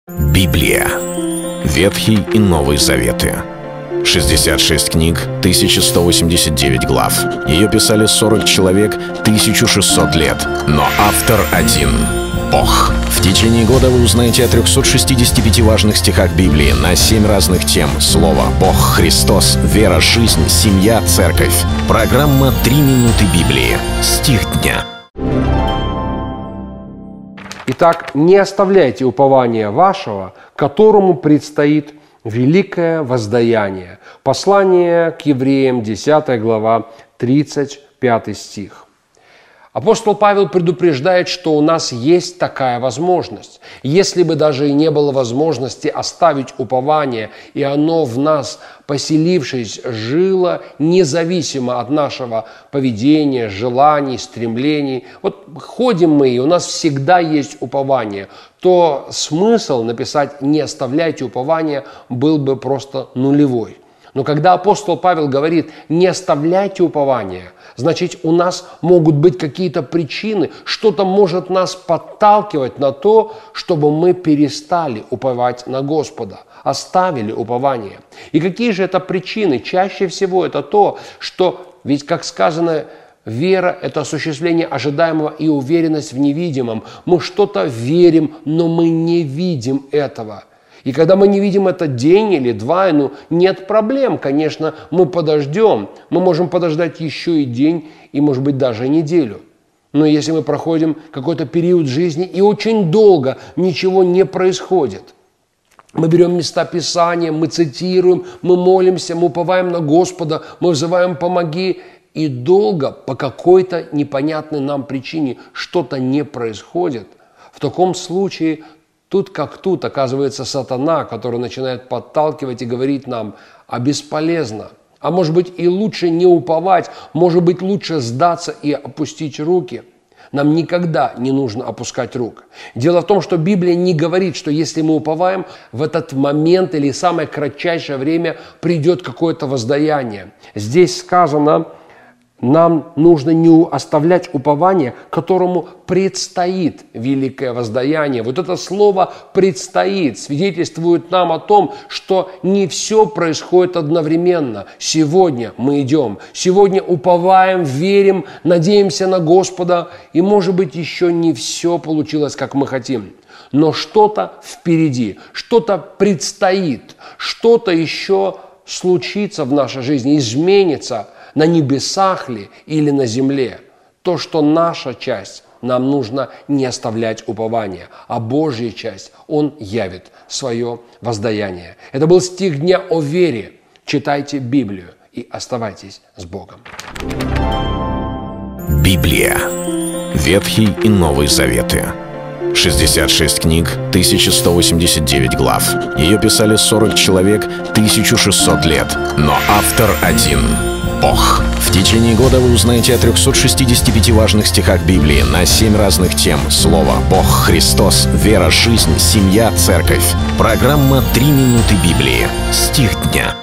Библия. Ветхий и Новый Заветы. 66 книг, 1189 глав. Ее писали 40 человек, 1600 лет. Но автор один — Бог. В течение года вы узнаете о 365 важных стихах Библии на 7 разных тем. Слово, Бог, Христос, вера, жизнь, семья, церковь. Программа «3 минуты Библии». Стих дня. Итак, не оставляйте упования вашего, которому предстоит великое воздаяние. Послание к евреям, 10 глава, 35 стих. Апостол Павел предупреждает, что у нас есть такая возможность. Если бы даже и не было возможности оставить упование, и оно в нас, поселившись, жило независимо от нашего поведения, желаний, стремлений. Вот ходим мы, и у нас всегда есть упование, то смысл написать «не оставляйте упования» был бы просто нулевой. Но когда апостол Павел говорит «не оставляйте упования», значит, у нас могут быть какие-то причины, что-то может нас подталкивать на то, чтобы мы перестали уповать на Господа, оставили упование. И какие же это причины? Чаще всего это то, что, ведь, как сказано, вера – это осуществление ожидаемого и уверенность в невидимом. Мы что-то верим, но мы не видим этого. И когда мы не видим это день или два, нет проблем, конечно, мы подождем. Мы можем подождать еще и день, и, может быть, даже неделю. Но если мы проходим какой-то период жизни, и очень долго ничего не происходит, мы берем места Писания, мы цитируем, мы молимся, мы уповаем на Господа, мы взываем «помоги», и долго по какой-то непонятной нам причине что-то не происходит, в таком случае тут как тут оказывается сатана, который начинает подталкивать и говорить нам: а бесполезно, а может быть и лучше не уповать, может быть лучше сдаться и опустить руки. Нам никогда не нужно опускать рук. Дело в том, что Библия не говорит, что если мы уповаем, в этот момент или самое кратчайшее время придет какое-то воздаяние. Здесь сказано: нам нужно не оставлять упование, которому предстоит великое воздаяние. Вот это слово «предстоит» свидетельствует нам о том, что не все происходит одновременно. Сегодня мы идем, сегодня уповаем, верим, надеемся на Господа, и, может быть, еще не все получилось, как мы хотим. Но что-то впереди, что-то предстоит, что-то еще случится в нашей жизни, изменится. На небесах ли или на земле? То, что наша часть, нам нужно не оставлять упования, а Божья часть, Он явит свое воздаяние. Это был стих дня о вере. Читайте Библию и оставайтесь с Богом. Библия. Ветхий и Новый Заветы. 66 книг, 1189 глав. Ее писали 40 человек, 1600 лет. Но автор один — Бог. В течение года вы узнаете о 365 важных стихах Библии на 7 разных тем. Слово, Бог, Христос, вера, жизнь, семья, церковь. Программа «3 минуты Библии». Стих дня.